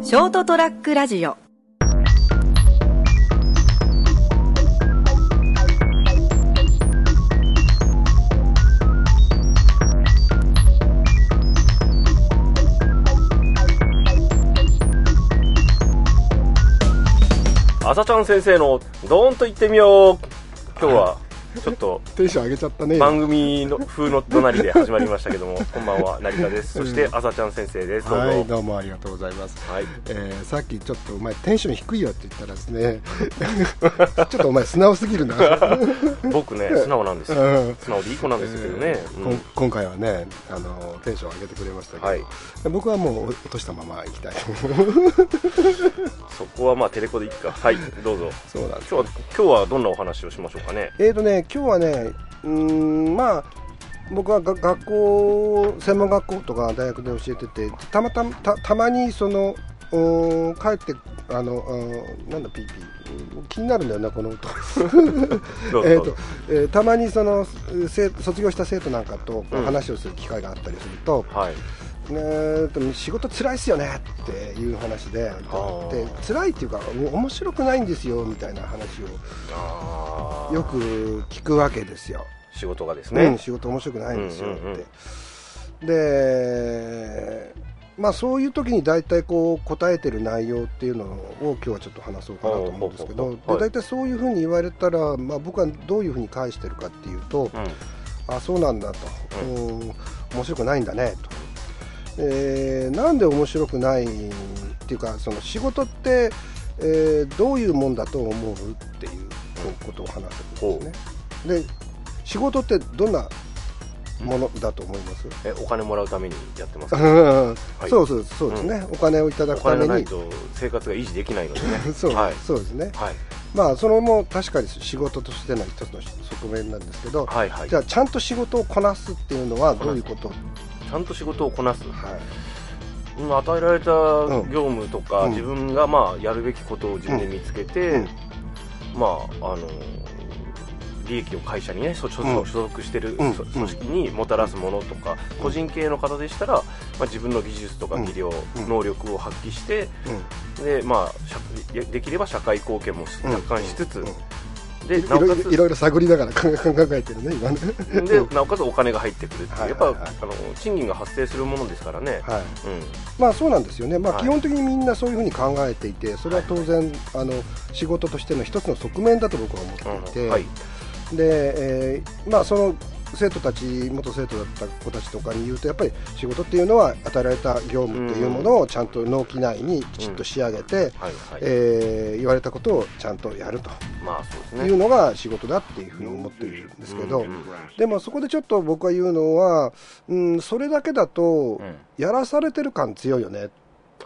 ショートトラックラジオ。 あさちゃん先生のドーンと言ってみよう。今日はちょっとテンション上げちゃったね。 番組の風の怒鳴りで始まりましたけどもこんばんは、成田です。そしてあさちゃん先生です。どうぞ。 はい、どうもありがとうございます。はい、さっきちょっとお前テンション低いよって言ったらですねちょっとお前素直すぎるな僕ね素直なんですよ、素直でいい子なんですけどね、 今回はねテンション上げてくれましたけど、はい、僕はもう落としたまま行きたいそこはまあテレコでいいか。はいどうぞ。 そうなんです。 今日はどんなお話をしましょうかね。 今日はねまあ僕は学校専門学校とか大学で教えててたまにその帰ってなんだピーピー気になるんだよなこの音たまにその卒業した生徒なんかと話をする機会があったりすると、はい、仕事辛いっすよねっていう話で辛いっていうか面白くないんですよみたいな話をよく聞くわけですよ。 仕事がですね、 仕事面白くないんですよって、でまあそういう時に大体こう答えてる内容っていうのを今日はちょっと話そうかなと思うんですけど、で大体そういうふうに言われたら、まあ、僕はどういうふうに返してるかっていうと、あそうなんだと、面白くないんだねと、なんで面白くないっていうかその仕事って、どういうもんだと思うっていうことを話せるんですね。で仕事ってどんなものだと思います？ お金もらうためにやってますか？ はい、そうですね、お金をいただくためにお金がないと生活が維持できないのでねそうですね、はい、まあそれも確かに仕事としての一つの側面なんですけど、はいはい、じゃあちゃんと仕事をこなすっていうのはどういうこと？ ちゃんと仕事をこなす、はい、与えられた業務とか、自分がまあやるべきことを自分で見つけて、まあ利益を会社にね所属している組織にもたらすものとか、個人経営の方でしたら、まあ、自分の技術とか技量、能力を発揮して、でまあ、できれば社会貢献も若干しつつ、でなおかついろいろ探りながら考えてるね今ねでなおかつお金が入ってくるっていう、やっぱ賃金が発生するものですからね、 まあそうなんですよね、まあ、基本的にみんなそういうふうに考えていて、それは当然、仕事としての一つの側面だと僕は思っていて、でまあその生徒たち元生徒だった子たちとかに言うとやっぱり仕事っていうのは与えられた業務っていうものをちゃんと納期内にきちっと仕上げて言われたことをちゃんとやるというのが仕事だっていうふうに思っているんですけど、でもそこでちょっと僕が言うのは、それだけだとやらされてる感強いよね。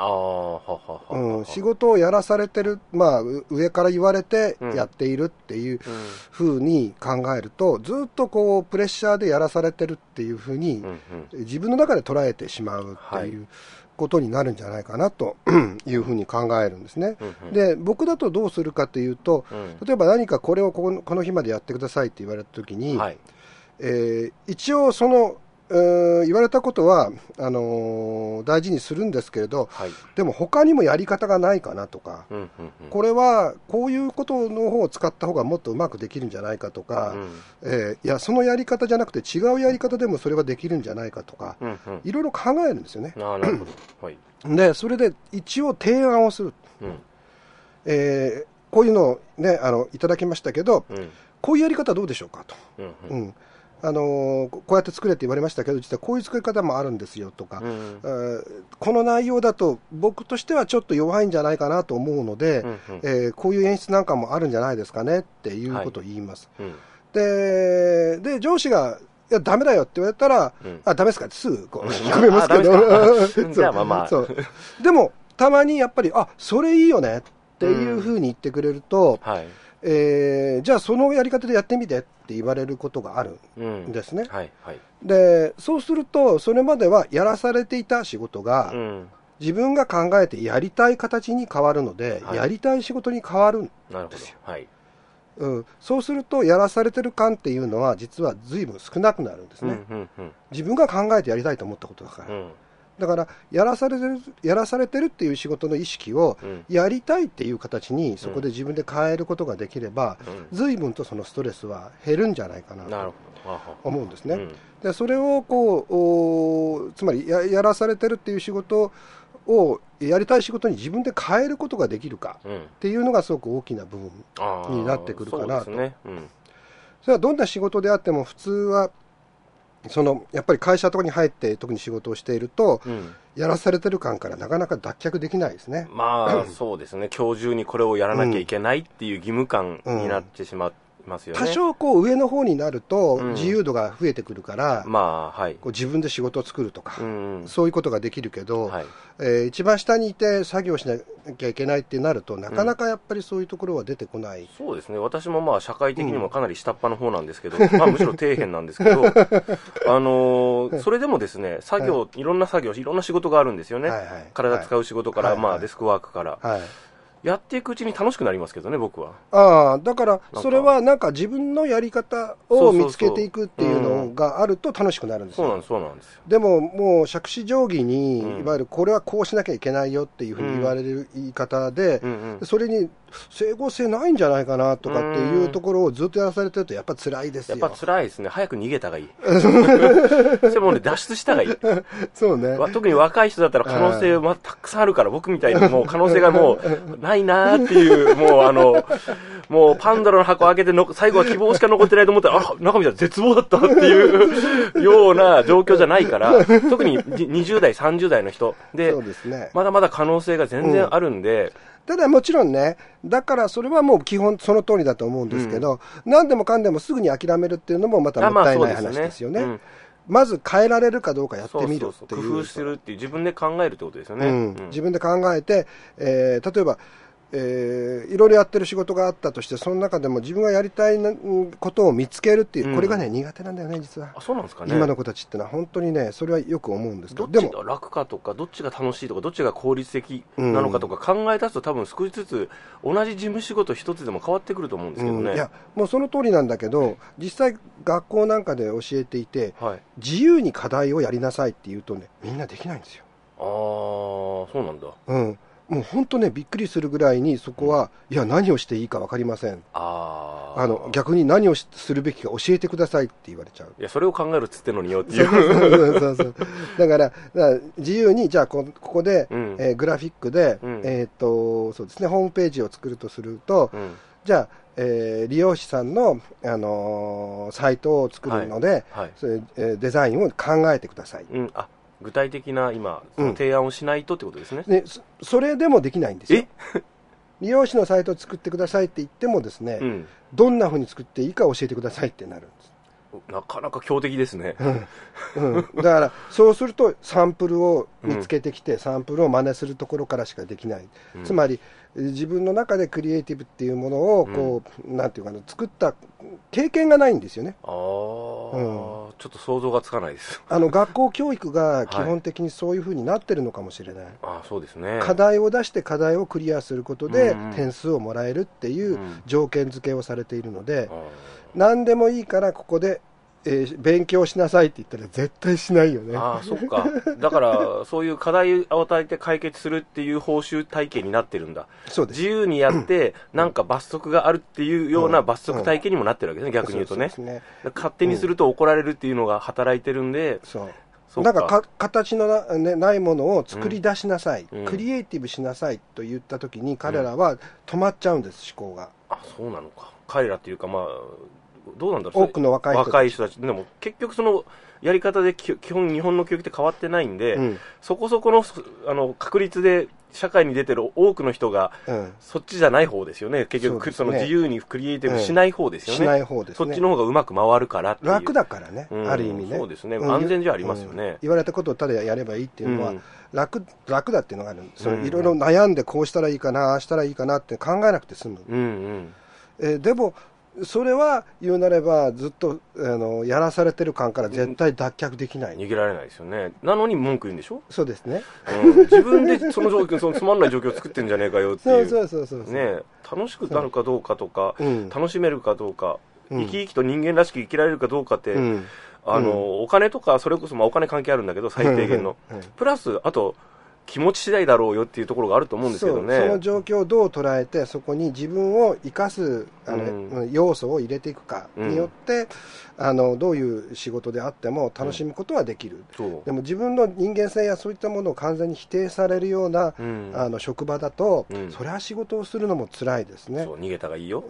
仕事をやらされてる、まあ、上から言われてやっているっていうふうに考えると、ずっとこうプレッシャーでやらされてるっていうふうに自分の中で捉えてしまうっていうことになるんじゃないかなというふうに考えるんですね。で僕だとどうするかというと、例えば何かこれをこの日までやってくださいって言われた時に、一応その言われたことは大事にするんですけれど、でも他にもやり方がないかなとか、これはこういうことの方を使った方がもっとうまくできるんじゃないかとか、いやそのやり方じゃなくて違うやり方でもそれはできるんじゃないかとか、いろいろ考えるんですよね。でそれで一応提案をする、こういうのを、ね、いただきましたけど、こういうやり方どうでしょうかと。こうやって作れって言われましたけど実はこういう作り方もあるんですよとか、この内容だと僕としてはちょっと弱いんじゃないかなと思うので、こういう演出なんかもあるんじゃないですかねっていうことを言います。で上司がいやダメだよって言われたら、ダメですかってすぐこう認めますけどでもたまにやっぱりそれいいよねっていうふうに言ってくれると、じゃあそのやり方でやってみてって言われることがあるんですね。でそうするとそれまではやらされていた仕事が、自分が考えてやりたい形に変わるので、やりたい仕事に変わるんですよ。そうするとやらされてる感っていうのは実は随分少なくなるんですね。自分が考えてやりたいと思ったことだから、 だからやらされてるっていう仕事の意識をやりたいっていう形にそこで自分で変えることができれば、随分とそのストレスは減るんじゃないかなと思うんですね。でそれをつまりやらされてるっていう仕事をやりたい仕事に自分で変えることができるかっていうのがすごく大きな部分になってくるかなと。それはどんな仕事であっても普通はやっぱり会社とかに入って特に仕事をしていると、やらされてる感からなかなか脱却できないですね。 まあそうですね。今日中にこれをやらなきゃいけないっていう義務感になってしまってますよね。 多少上の方になると自由度が増えてくるから、自分で仕事を作るとか、そういうことができるけど、一番下にいて作業しなきゃいけないってなると、なかなかやっぱりそういうところは出てこない。 そうですね。私もまあ社会的にもかなり下っ端の方なんですけど、まあむしろ底辺なんですけど、それでもですね、いろんな作業、いろんな仕事があるんですよね。体使う仕事から、まあデスクワークから。やっていくうちに楽しくなりますけどね、僕は。 だからそれはなんか自分のやり方を見つけていくっていうのがあると楽しくなるんですよ。 そうなんですよ。 でももう杓子定規に、いわゆるこれはこうしなきゃいけないよっていうふうに言われる言い方で、それに整合性ないんじゃないかなとかっていうところをずっとやらされてるとやっぱ辛いですよ。 やっぱ辛いですね。早く逃げたがいい。それもね、脱出したがいい。 そうね。 特に若い人だったら可能性はたくさんあるから、僕みたいにもう可能性がもうないなーっていう、もうパンドラの箱開けて最後は希望しか残ってないと思ったら、中身は絶望だったっていうような状況じゃないから、特に20代、30代の人で、まだまだ可能性が全然あるんで、 ただもちろんね、だからそれはもう基本その通りだと思うんですけど、何でもかんでもすぐに諦めるっていうのもまたもったいない話ですよね。まず変えられるかどうかやってみるっていう。 工夫するっていう、自分で考えるってことですよね。 自分で考えて、例えばいろいろやってる仕事があったとして、その中でも自分がやりたいことを見つけるっていう、これがね苦手なんだよね実は。 そうなんですかね。 今の子たちってのは本当にね、それはよく思うんですけど、 どっちが楽かとか、どっちが楽しいとか、どっちが効率的なのかとか考え出すと、多分少しずつ同じ事務仕事一つでも変わってくると思うんですけどね。 いやもうその通りなんだけど、実際学校なんかで教えていて、自由に課題をやりなさいって言うとね、みんなできないんですよ。 そうなんだ。 もう本当ね、びっくりするぐらいにそこは、いや何をしていいか分かりません、逆に何をするべきか教えてくださいって言われちゃう。 いやそれを考えるっつってんのによっていう。 そうだから自由に、じゃあここで、グラフィックで、そうですね、ホームページを作るとすると、じゃあ利用者さんの、サイトを作るので、デザインを考えてください。 具体的な今、提案をしないとってことですね。 それでもできないんですよ。利用者のサイトを作ってくださいって言ってもですね、どんなふうに作っていいか教えてくださいってなるんです。 なかなか強敵ですね。 だからそうするとサンプルを見つけてきて、サンプルを真似するところからしかできない。つまり自分の中でクリエイティブっていうものをなんていうかな、作った経験がないんですよね。ちょっと想像がつかないです。 学校教育が基本的にそういうふうになってるのかもしれない。 そうですね。 課題を出して課題をクリアすることで点数をもらえるっていう条件付けをされているので、何でもいいからここで勉強しなさいって言ったら絶対しないよね。 そっか。だからそういう課題を与えて解決するっていう報酬体系になってるんだ。 そうです。 自由にやってなんか罰則があるっていうような罰則体系にもなってるわけですね、逆に言うとね。勝手にすると怒られるっていうのが働いてるんで。 なんか形のないものを作り出しなさい、クリエイティブしなさいと言ったときに彼らは止まっちゃうんです、思考が。 そうなのか。彼らっていうかどうなんだろう。 多くの若い人たちでも結局そのやり方で基本日本の教育って変わってないんで、そこそこの確率で社会に出てる多くの人が、そっちじゃない方ですよね。結局その自由にクリエイティブしない方ですよね。 しない方ですね。 そっちの方がうまく回るからっていう。 楽だからね、ある意味ね。 そうですね。安全じゃありますよね。 言われたことをただやればいいっていうのは、楽だっていうのがある。いろいろ悩んでこうしたらいいかな、ああしたらいいかなって考えなくて済む。でもそれは言うなればずっとやらされてる感から絶対脱却できない。 逃げられないですよね。なのに文句言うんでしょ。 そうですね。 自分でその状況、そのつまんない状況を作ってんじゃねえかよっていう。 そうね、楽しくなるかどうかとか、楽しめるかどうか、生き生きと人間らしく生きられるかどうかって、 お金とか、それこそお金関係あるんだけど、最低限の。プラス、あと、気持ち次第だろうよっていうところがあると思うんですけどね。 その状況をどう捉えて、そこに自分を生かす要素を入れていくかによって、どういう仕事であっても楽しむことはできる。でも自分の人間性やそういったものを完全に否定されるような、職場だと、それは仕事をするのも辛いですね。 そう、逃げたがいいよ。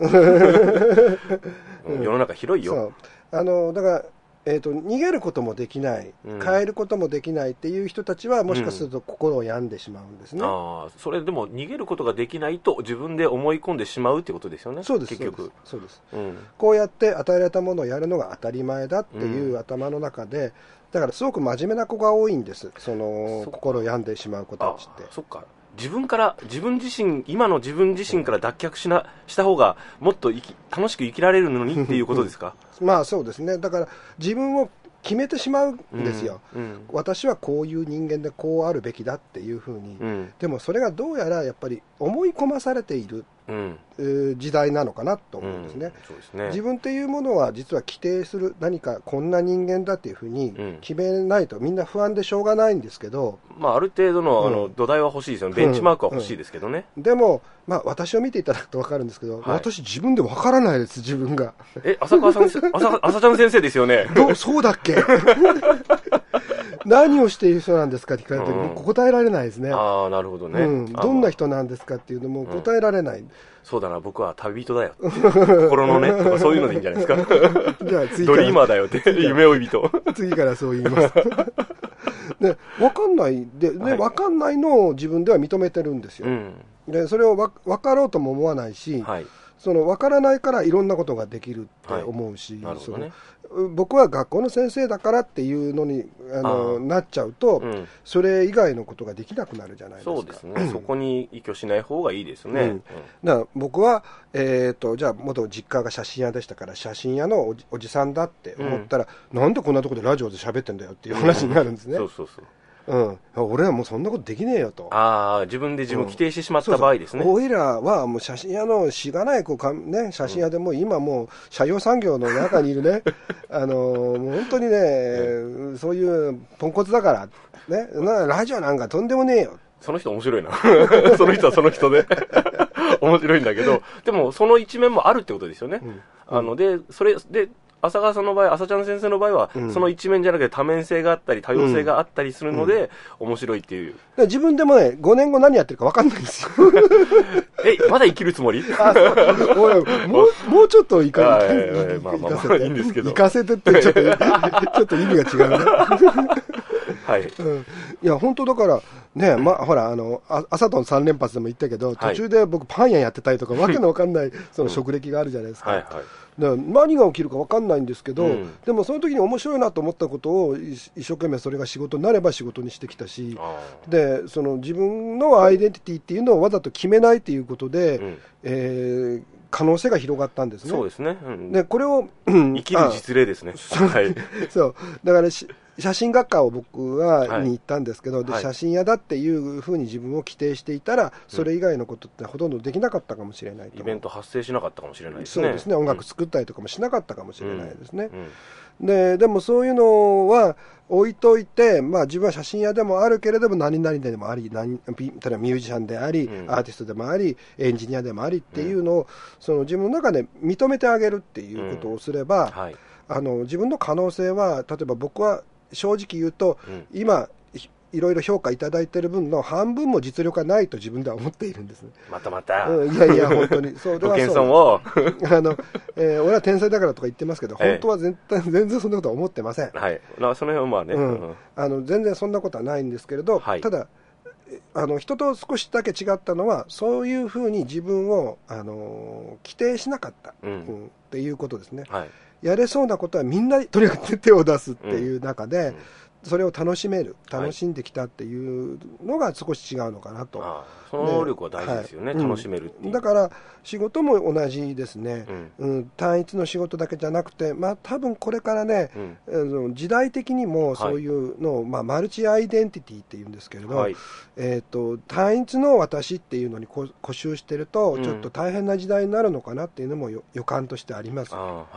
世の中広いよ。 だから逃げることもできない、変えることもできないっていう人たちは、もしかすると心を病んでしまうんですね。 それでも逃げることができないと自分で思い込んでしまうってことですよね。 そうです、 結局。 そうです。こうやって与えられたものをやるのが当たり前だっていう頭の中で、だからすごく真面目な子が多いんです。心を病んでしまう子たちって。 そっか。今の自分自身から脱却した方がもっと楽しく生きられるのにっていうことですか？ まあそうですね。だから自分を決めてしまうんですよ。私はこういう人間でこうあるべきだっていうふうに。でもそれがどうやらやっぱり思い込まされている時代なのかなと思うんですね。自分っていうものは実は規定する何かこんな人間だっていうふうに決めないとみんな不安でしょうがないんですけど、 ある程度の土台は欲しいですよね。ベンチマークは欲しいですけどね。 でも私を見ていただくと分かるんですけど、私自分で分からないです。自分が浅川さん朝ちゃん先生ですよね。 そうだっけ何をしている人なんですかって聞かれた時に答えられないですね。 なるほどね。 どんな人なんですかっていうのも答えられない。 そうだな、僕は旅人だよ。心のね、とかそういうのでいいんじゃないですか。 じゃあ次ドリーマーだよって、夢追い人。 次からそう言います。で、分かんないで、分かんないのを自分では認めてるんですよ。で、それを分かろうとも思わないし、分からないからいろんなことができるって思うし、僕は学校の先生だからっていうのになっちゃうと、それ以外のことができなくなるじゃないですか。 そうですね。そこに依拠しない方がいいですね。 だから僕は、じゃあ元実家が写真屋でしたから、写真屋のおじさんだって思ったら、なんでこんなとこでラジオで喋ってんだよっていう話になるんですね。俺はもうそんなことできねえよと。 自分で自分を規定してしまった場合ですね。 おいらはもう写真屋のしがない写真屋でもう今もう社用産業の中にいるね、もう本当にね、そういうポンコツだから、ね、ラジオなんかとんでもねえよ。 その人面白いな。その人はその人で。面白いんだけど、でもその一面もあるってことですよね。浅川さんの場合、浅ちゃん先生の場合は、その一面じゃなくて多面性があったり、多様性があったりするので、面白いっていう。 自分でもね、5年後何やってるか分かんないんですよ。 まだ生きるつもり？ もうちょっといかせて。いいんですけど。 行かせてってちょっと意味が違うね。いや、本当だから、ね、ほら、朝との3連発でも言ったけど、途中で僕パン屋やってたりとか、わけのわかんない、その職歴があるじゃないですか。何が起きるか分かんないんですけど、でもその時に面白いなと思ったことを一生懸命それが仕事になれば仕事にしてきたし、でその自分のアイデンティティっていうのをわざと決めないっていうことで、可能性が広がったんですね。 そうですね。 でこれを生きる実例ですね。 そうだから写真学科を僕はに行ったんですけど、で写真屋だっていうふうに自分を規定していたら、それ以外のことってほとんどできなかったかもしれないと。 イベント発生しなかったかもしれないですね。 そうですね。音楽作ったりとかもしなかったかもしれないですね。でもそういうのは置いといて、自分は写真屋でもあるけれども何々でもあり、例えばミュージシャンであり、アーティストでもあり、エンジニアでもありっていうのを、その自分の中で認めてあげるっていうことをすれば、自分の可能性は、例えば僕は正直言うと、今いろいろ評価いただいている分の半分も実力がないと自分では思っているんですね。 また、 いや本当にそう。 ご謙遜を俺は天才だからとか言ってますけど、本当は全然そんなことは思ってません。 その辺はね、 全然そんなことはないんですけれど、ただ人と少しだけ違ったのは、そういうふうに自分を規定しなかった、っていうことですね。やれそうなことはみんなとにかく手を出すっていう中で、それを楽しんできたっていうのが少し違うのかなと。 その能力は大事ですよね。楽しめるっていう。 だから仕事も同じですね。単一の仕事だけじゃなくて、多分これからね、時代的にもそういうのを、マルチアイデンティティっていうんですけれど、単一の私っていうのに固執してると、ちょっと大変な時代になるのかなっていうのも予感としてあります。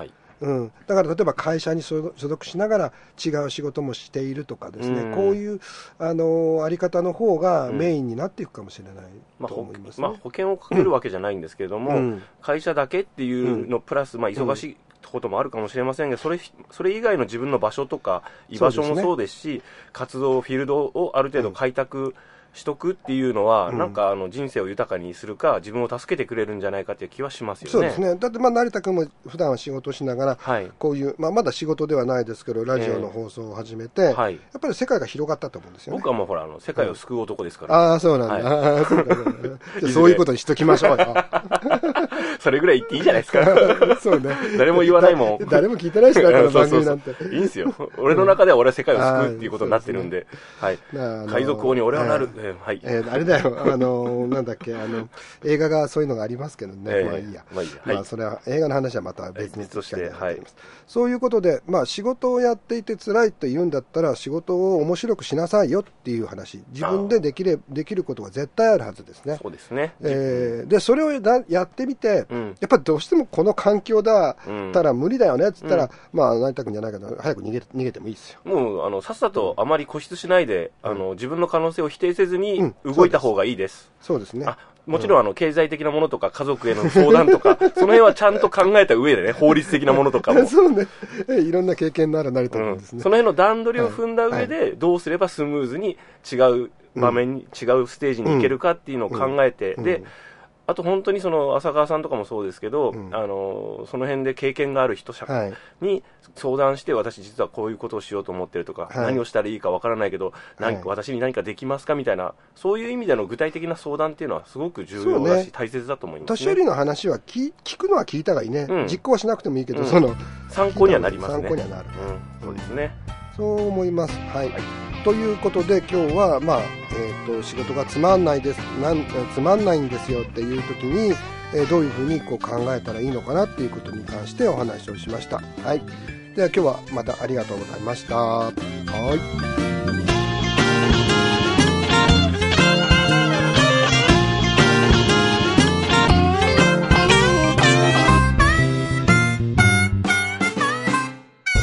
だから例えば会社に所属しながら違う仕事もしているとかですね、こういうあり方の方がメインになっていくかもしれないと思いますね。 保険をかけるわけじゃないんですけれども、会社だけっていうのプラス、忙しいこともあるかもしれませんが、それ以外の自分の場所とか居場所もそうですし、活動フィールドをある程度開拓しとくっていうのは、なんか人生を豊かにするか自分を助けてくれるんじゃないかという気はしますよね。 そうですね。だって成田君も普段は仕事をしながら、こういう、まだ仕事ではないですけどラジオの放送を始めて、やっぱり世界が広がったと思うんですよね。 僕はもうほら世界を救う男ですから、 そうなんだ、そういうことにしときましょうよそれぐらい言っていいじゃないですかそうね、 誰も言わないもん誰も聞いてないしな、この番組なんていいんですよ。俺の中では俺は世界を救うっていうことになってるんで、海賊王に俺はなる。 あれだよ、なんだっけ、映画がそういうのがありますけどね、まあいいや、それは映画の話はまた別にして、そういうことで、仕事をやっていて辛いと言うんだったら仕事を面白くしなさいよっていう話、自分でできることが絶対あるはずですね。 そうですね。 でそれをやってみて、やっぱりどうしてもこの環境だったら無理だよねって言ったら、成田君じゃないけど早く逃げてもいいですよ。 もうさっさとあまり固執しないで、自分の可能性を否定せずに動いた方がいいです。 そうですね。 もちろん経済的なものとか家族への相談とかその辺はちゃんと考えた上でね、法律的なものとかもそうね、いろんな経験のある成田君ですね。 その辺の段取りを踏んだ上で、どうすればスムーズに違う場面に、違うステージに行けるかっていうのを考えて、であと本当にその浅川さんとかもそうですけど、その辺で経験がある人に相談して、私実はこういうことをしようと思ってるとか、何をしたらいいかわからないけど、私に何かできますかみたいな、そういう意味での具体的な相談っていうのはすごく重要だし、大切だと思いますね。 年寄りの話は聞くのは聞いたがいいね、実行はしなくてもいいけど、 参考にはなりますね。 参考にはなる。 そうですね。 そう思います。ということで今日は、仕事がつまんないんですよっていう時に、どういうふうに考えたらいいのかなっていうことに関してお話をしました。では今日はまたありがとうございました。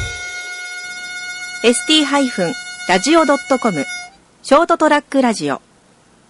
ST-radio.com ショートトラックラジオ